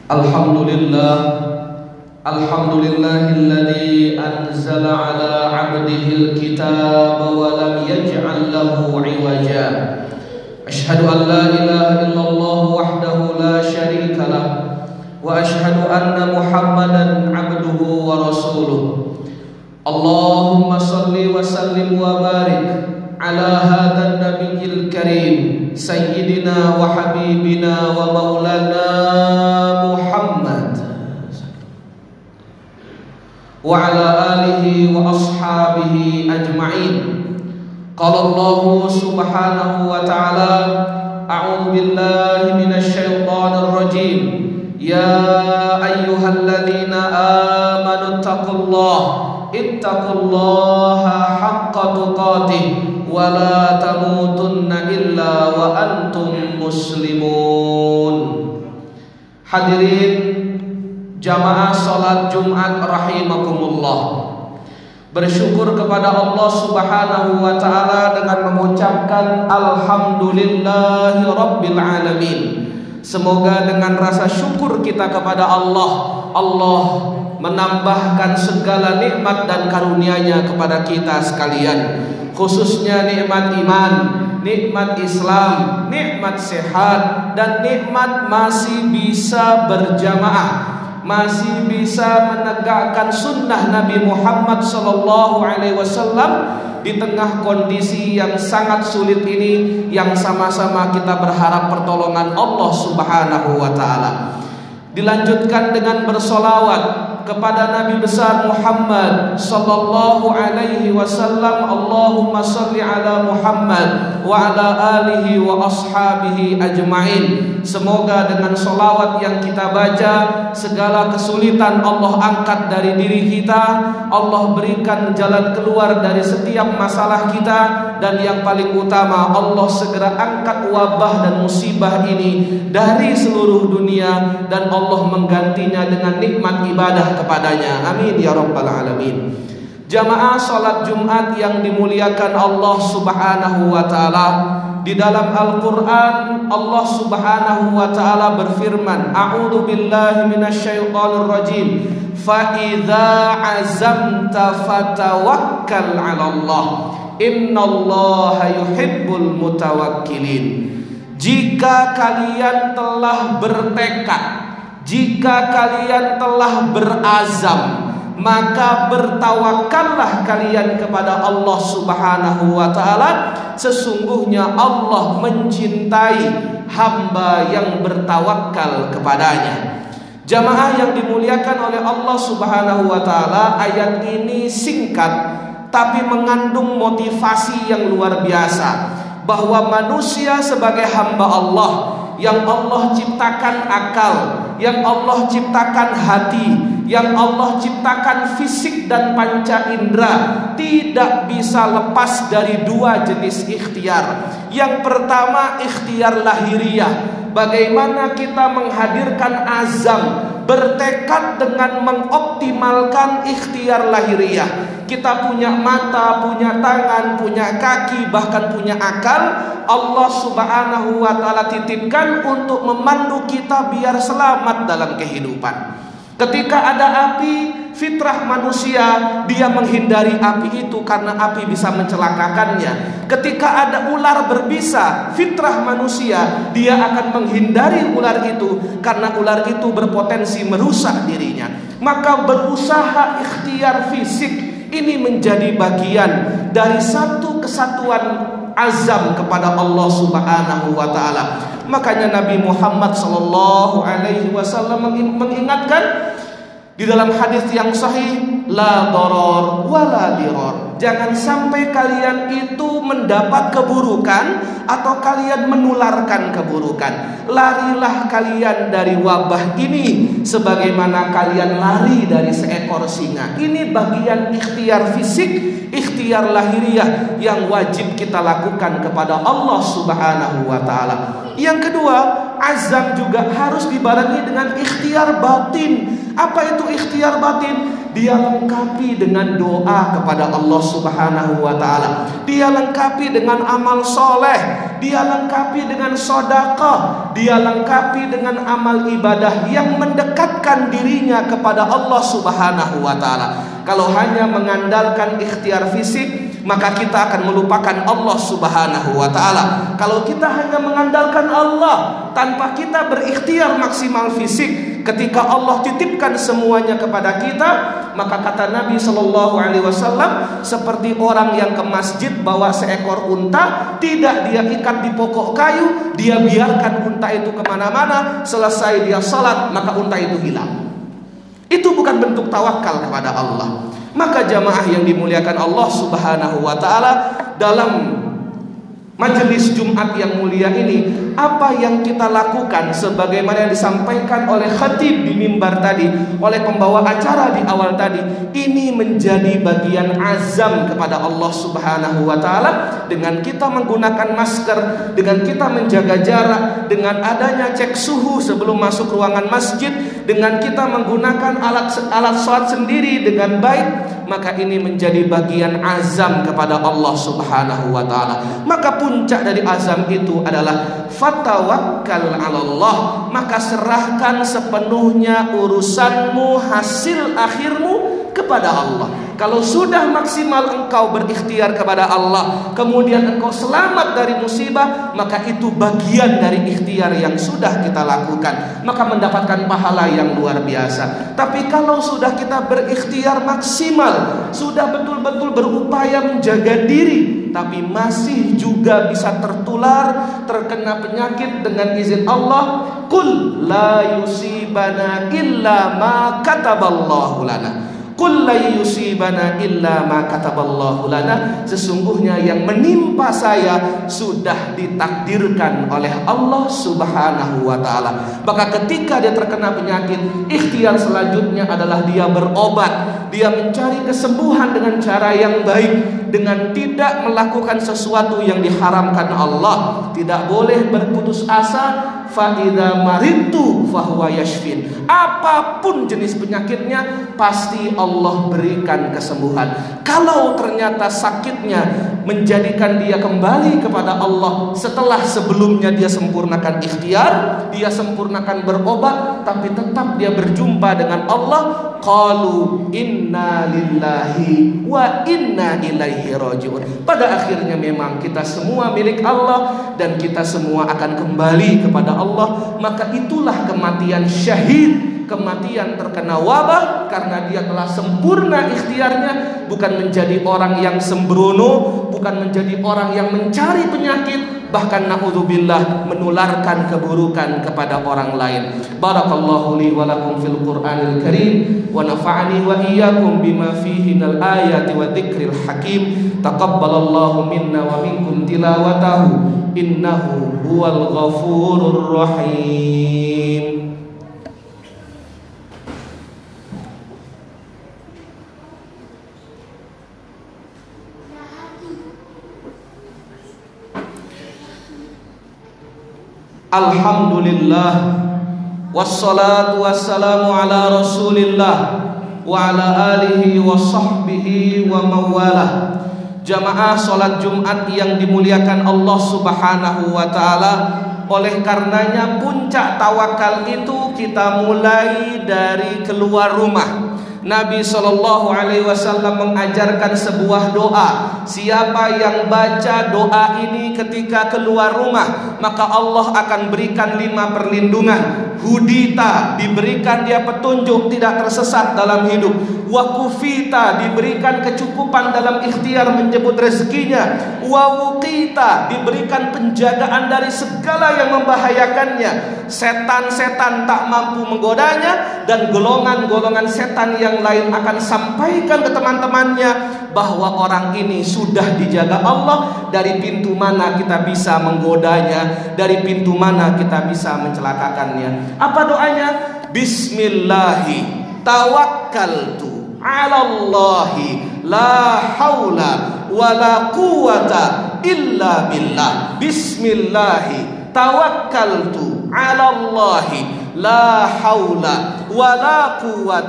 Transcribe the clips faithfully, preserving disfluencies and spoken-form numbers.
Alhamdulillah, Alhamdulillahilladzi anzala ala 'abdihil kitaba wa lam yaj'al lahu 'iwaja. Asyhadu an la ilaha illallah wahdahu la syarika lah wa asyhadu anna Muhammadan 'abduhu wa rasuluh. Allahumma shalli wa sallim wa barik ala hadzal nabiyil karim sayyidina wa habibina wa maulana Muhammad wa ala alihi wa ashabihi ajma'in. Qala Allah subhanahu wa ta'ala, a'udzu billahi minasy syaithanir rajim. Ya ayyuhalladzina amanu taqullaha ittaqullaha haqqa tuqatih wa la tamutunna illa wa antum muslimun. Hadirin jamaah salat Jumat rahimakumullah, bersyukur kepada Allah subhanahu wa ta'ala dengan mengucapkan alhamdulillahi rabbil alamin. Semoga dengan rasa syukur kita kepada Allah, Allah menambahkan segala nikmat dan karunia-Nya kepada kita sekalian, khususnya nikmat iman, nikmat Islam, nikmat sehat, dan nikmat masih bisa berjamaah, masih bisa menegakkan sunnah Nabi Muhammad sallallahu alaihi wasallam di tengah kondisi yang sangat sulit ini, yang sama-sama kita berharap pertolongan Allah subhanahu wa ta'ala. Dilanjutkan dengan bersolawat kepada Nabi besar Muhammad sallallahu alaihi wasallam. Allahumma shalli ala Muhammad wa ala alihi wa ashabihi ajma'in. Semoga dengan solawat yang kita baca, segala kesulitan Allah angkat dari diri kita, Allah berikan jalan keluar dari setiap masalah kita, dan yang paling utama Allah segera angkat wabah dan musibah ini dari seluruh dunia, dan Allah menggantinya dengan nikmat ibadah kepadanya. Amin ya rabbal alamin. Jamaah salat Jumat yang dimuliakan Allah subhanahu wa ta'ala, di dalam Al-Quran Allah subhanahu wa ta'ala berfirman, a'udzu billahi minasyaitonir rajim, fa idza azamta fatawakkal 'alallah innallaha yuhibbul mutawakkilin. Jika kalian telah bertekad, jika kalian telah berazam, maka bertawakallah kalian kepada Allah subhanahu wa ta'ala. Sesungguhnya Allah mencintai hamba yang bertawakal kepadanya. Jamaah yang dimuliakan oleh Allah subhanahu wa ta'ala, ayat ini singkat tapi mengandung motivasi yang luar biasa, bahwa manusia sebagai hamba Allah yang Allah ciptakan akal, yang Allah ciptakan hati, yang Allah ciptakan fisik dan panca indera, tidak bisa lepas dari dua jenis ikhtiar. Yang pertama ikhtiar lahiriah, bagaimana kita menghadirkan azam, bertekad dengan mengoptimalkan ikhtiar lahiriah. Kita punya mata, punya tangan, punya kaki, bahkan punya akal. Allah subhanahu wa ta'ala titipkan untuk memandu kita biar selamat dalam kehidupan. Ketika ada api, fitrah manusia dia menghindari api itu karena api bisa mencelakakannya. Ketika ada ular berbisa, fitrah manusia dia akan menghindari ular itu karena ular itu berpotensi merusak dirinya. Maka berusaha ikhtiar fisik ini menjadi bagian dari satu kesatuan azam kepada Allah subhanahu wa ta'ala. Makanya Nabi Muhammad sallallahu alaihi wasallam mengingatkan di dalam hadis yang sahih, la daror wala dirar. Jangan sampai kalian itu mendapat keburukan atau kalian menularkan keburukan. Larilah kalian dari wabah ini sebagaimana kalian lari dari seekor singa. Ini bagian ikhtiar fisik, ikhtiar lahiriah yang wajib kita lakukan kepada Allah subhanahu wa ta'ala. Yang kedua, azam juga harus dibarengi dengan ikhtiar batin. Apa itu ikhtiar batin? dia lengkapi dengan doa kepada Allah Subhanahu wa ta'ala, dia lengkapi dengan amal soleh, dia lengkapi dengan sedekah, dia lengkapi dengan amal ibadah yang mendekatkan dirinya kepada Allah Subhanahu wa ta'ala. Kalau hanya mengandalkan ikhtiar fisik, maka kita akan melupakan Allah Subhanahu wa ta'ala. Kalau kita hanya mengandalkan Allah tanpa kita berikhtiar maksimal fisik, ketika Allah titipkan semuanya kepada kita, maka kata Nabi Shallallahu Alaihi Wasallam, seperti orang yang ke masjid bawa seekor unta, tidak dia ikat di pokok kayu, dia biarkan unta itu kemana-mana, selesai dia salat maka unta itu hilang. Itu bukan bentuk tawakal kepada Allah. Maka jamaah yang dimuliakan Allah Subhanahu wa ta'ala, dalam majelis Jumat yang mulia ini, apa yang kita lakukan sebagaimana yang disampaikan oleh khatib di mimbar tadi, oleh pembawa acara di awal tadi, ini menjadi bagian azam kepada Allah Subhanahu wa ta'ala. Dengan kita menggunakan masker, dengan kita menjaga jarak, dengan adanya cek suhu sebelum masuk ruangan masjid, dengan kita menggunakan alat alat sholat sendiri dengan baik, maka ini menjadi bagian azam kepada Allah Subhanahu wa ta'ala. Maka puncak dari azam itu adalah fatawakkal 'alallah, maka serahkan sepenuhnya urusanmu, hasil akhirmu kepada Allah. Kalau sudah maksimal engkau berikhtiar kepada Allah, kemudian engkau selamat dari musibah, maka itu bagian dari ikhtiar yang sudah kita lakukan, maka mendapatkan pahala yang luar biasa. Tapi kalau sudah kita berikhtiar maksimal, sudah betul-betul berupaya menjaga diri, tapi masih juga bisa tertular, terkena penyakit, dengan izin Allah, qul la yusibana illa ma kataballahu lana. Qul la yusibana illa ma kataballahu lana. Sesungguhnya yang menimpa saya sudah ditakdirkan oleh Allah Subhanahu wa ta'ala. Maka ketika dia terkena penyakit, ikhtiar selanjutnya adalah dia berobat, dia mencari kesembuhan dengan cara yang baik, dengan tidak melakukan sesuatu yang diharamkan Allah. Tidak boleh berputus asa. Fa idza maridtu fahuwa yashfin. Apapun jenis penyakitnya, pasti Allah berikan kesembuhan. Kalau ternyata sakitnya menjadikan dia kembali kepada Allah setelah sebelumnya dia sempurnakan ikhtiar, dia sempurnakan berobat, tapi tetap dia berjumpa dengan Allah, qalu inna lillahi wa inna ilaihi rajiun. Pada akhirnya memang kita semua milik Allah dan kita semua akan kembali kepada Allah. Maka itulah kematian syahid, kematian terkena wabah, karena dia telah sempurna ikhtiarnya, bukan menjadi orang yang sembrono, bukan menjadi orang yang mencari penyakit, bahkan na'udzubillah menularkan keburukan kepada orang lain. Barakallahu li wa lakum fil Qur'anil Karim wa nafa'ani wa iyyakum bima fihi minal ayati wa dzikril hakim. Taqabbalallahu minna wa minkum tilawatahu innahu huwal ghafurur rahim. Alhamdulillah, wassalatu wassalamu ala rasulillah wa ala alihi wa sahbihi wa mawalah. Jamaah sholat Jumat yang dimuliakan Allah Subhanahu wa ta'ala, oleh karenanya puncak tawakal itu kita mulai dari keluar rumah. Nabi shallallahu alaihi wasallam mengajarkan sebuah doa. Siapa yang baca doa ini ketika keluar rumah, maka Allah akan berikan lima perlindungan. Hudita, diberikan dia petunjuk, tidak tersesat dalam hidup. Wakufita, diberikan kecukupan dalam ikhtiar menjemput rezekinya. Wawukita, diberikan penjagaan dari segala yang membahayakannya. Setan-setan tak mampu menggodanya, dan golongan-golongan setan yang lain akan sampaikan ke teman-temannya bahwa orang ini sudah dijaga Allah. Dari pintu mana kita bisa menggodanya, dari pintu mana kita bisa mencelakakannya. Apa doanya? Bismillahi tawakkaltu 'alallahi la haula wala quwata illa billah. Bismillahi tawakkaltu 'alallahi la haula wala quwata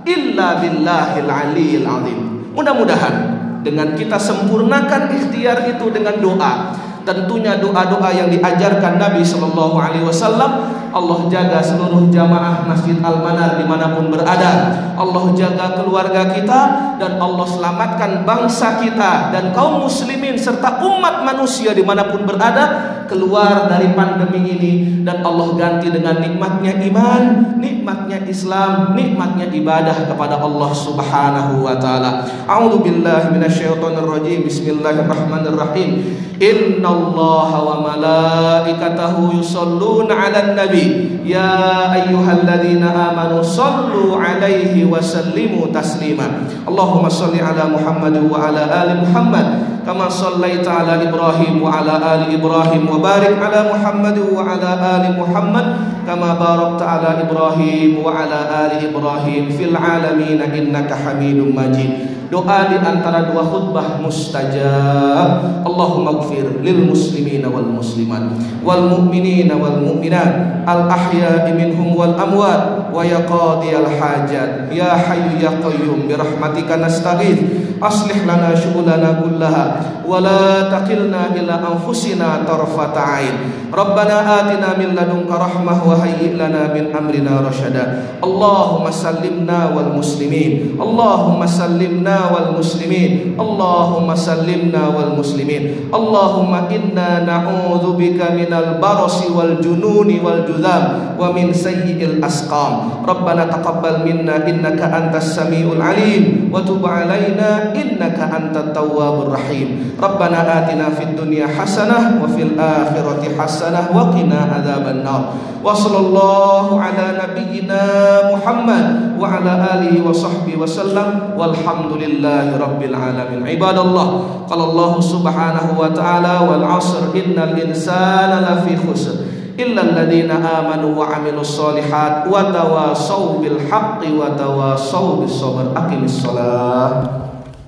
illa billahil aliyil azim. Mudah-mudahan dengan kita sempurnakan ikhtiar itu dengan doa, tentunya doa-doa yang diajarkan Nabi Shallallahu Alaihi Wasallam. Allah jaga seluruh jamaah Masjid Al-Manar dimanapun berada. Allah jaga keluarga kita, dan Allah selamatkan bangsa kita dan kaum muslimin serta umat manusia dimanapun berada keluar dari pandemi ini, dan Allah ganti dengan nikmatnya iman, nikmatnya Islam, nikmatnya ibadah kepada Allah Subhanahu wa taala. A'udzu billahi minasyaitonir rajim. Bismillahirrahmanirrahim. Innallaha wa malaikatahu yusholluna 'alan nabi ya ayyuhalladzina amanu shallu 'alaihi wa sallimu taslima. Allahumma shalli 'ala Muhammad wa 'ala ali Muhammad kama shallaita 'ala Ibrahim wa 'ala ali Ibrahim wa barik 'ala Muhammad wa 'ala ali Muhammad kama barakta 'ala Ibrahim wa 'ala ali Ibrahim fil 'alamin innaka Hamidum Majid. Doa di antara dua khutbah mustajab. Allahumma ighfir lil muslimina wal muslimat wal mu'minina wal mu'minat al ahya'i minhum wal amwat wa ya qadiyal hajat ya hayyu ya qayyum bi rahmatika nastaghith aslih lana syughulana kullaha wa la taqilna ila anfusina tarfata ain. Rabbana atina min ladunka rahmah wa hayyi lana min amrina rasyada. Allahumma sallimna wal muslimin. Allahumma sallimna wal muslimin. Allahumma sallimna wal muslimin. Allahumma inna na'udzubika minal barasi wal jununi wal judham wa min sayyi'il asqam. Rabbana taqabbal minna innaka antas samiul alim wa tub alaina innaka antat tawwabur rahim. Rabbana atina fid dunya hasanah wa fil akhirati hasanah wa qina adzaban nar. Wa sallallahu ala nabiyyina Muhammad wa ala alihi wa sahbihi wa sallam walhamdulillahi rabbil alamin. Ibadallah, qala Allah subhanahu wa ta'ala wal 'asr innal insana lafi khusr illa alladhina amanu wa 'amilus solihat wa tawassaw bil haqqi wa tawassaw bis sabr. Aqimis shalah.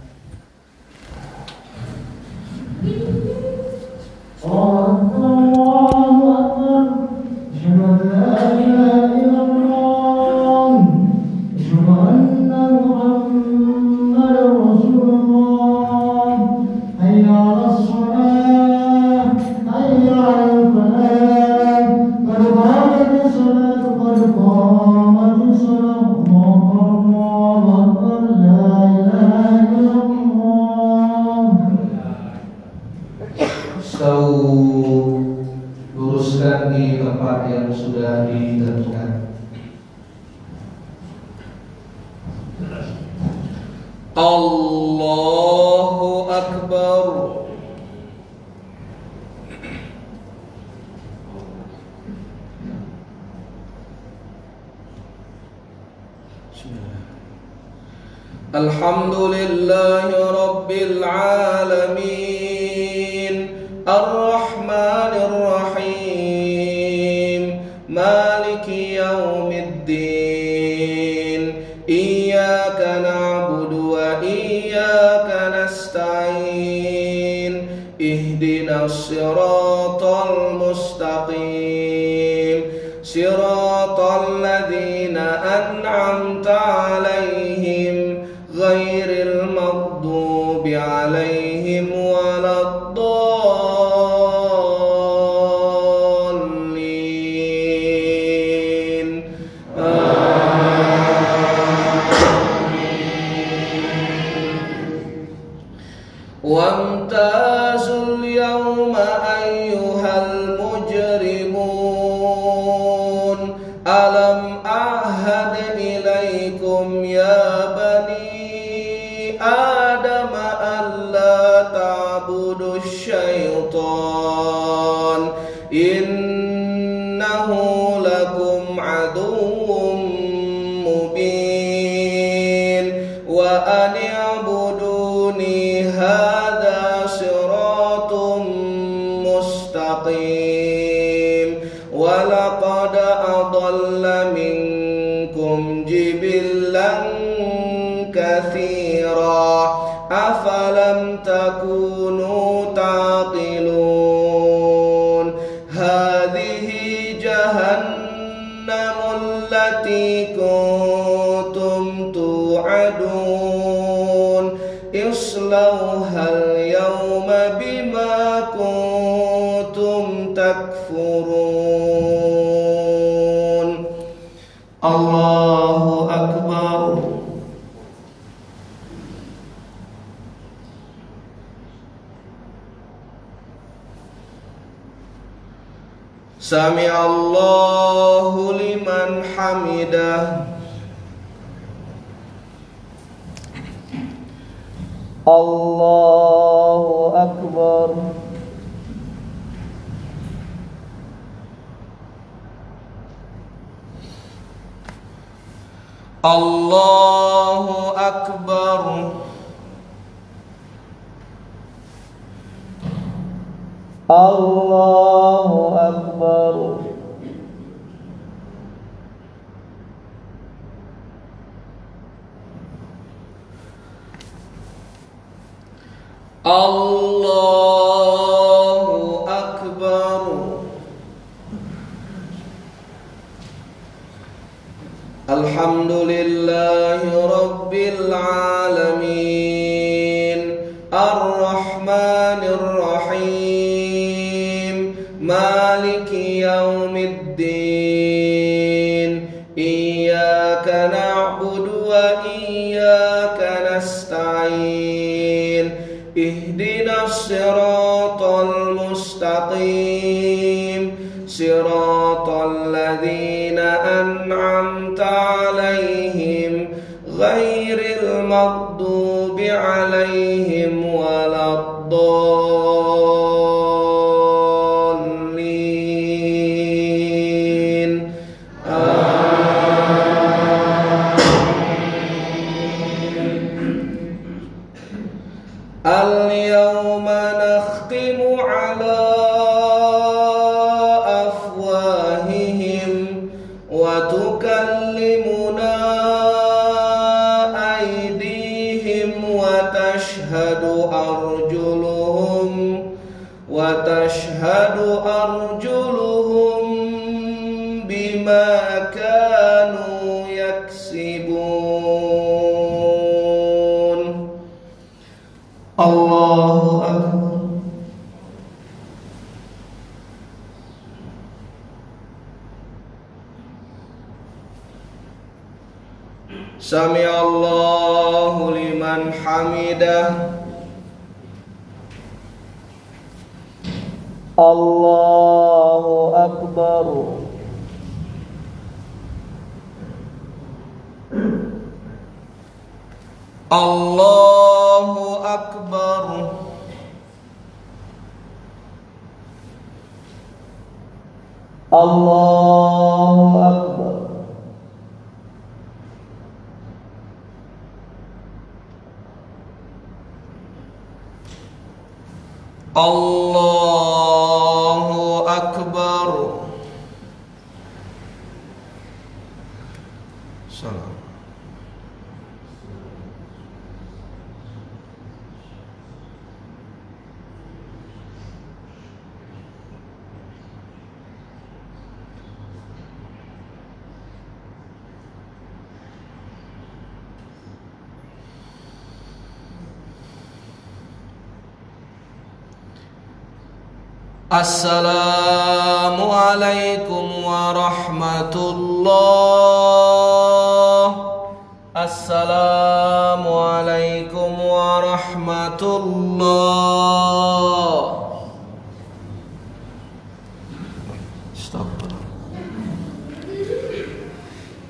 Luruskan di tempat yang sudah ditentukan. Allahu Akbar. Alhamdulillahi Rabbil Alamin Ar-Rahmanir Rahim Maliki Yawmiddin Iyyaka na'budu wa iyyaka nasta'in Ihdinas siratal mustaqim Siratal ladzina an'amta 'alaihim ghairil maghdubi 'alaihim waladdallin. Wamtazul yawma ayyuhal mujrimun alam ahad ilaikum ya bani adam alla ta'budu syaitan innahu lakum aduwwum mubin wa ani'buduni hadha siratum mustaqim wa laqad adalla minkum jibillan katsira afalam takunu taqilun hadhihi jahannamul lati kuntum كنتم تكفرون. الله أكبر. سمع الله لمن حمده. الله أكبر. الله أكبر. الله أكبر. الله أكبر. الحمد لله رب العالمين الرحمن الرحيم مالك يوم الدين إياك نعبد وإياك نستعين اهدنا الصراط المستقيم صراط الذين أنعمت عليهم غير المغضوب عليهم ولا الضالين آمين. اليوم نختم على أفواههم وتكلمنا أيديهم وتشهد أرجلهم وتشهد أرجلهم بما كانوا يكسبون. الله أكبر. سمع الله لمن حمده. الله أكبر. الله أكبر. الله أكبر. الله أكبر. سلام. Assalamualaikum warahmatullah. Assalamualaikum warahmatullah. Stop.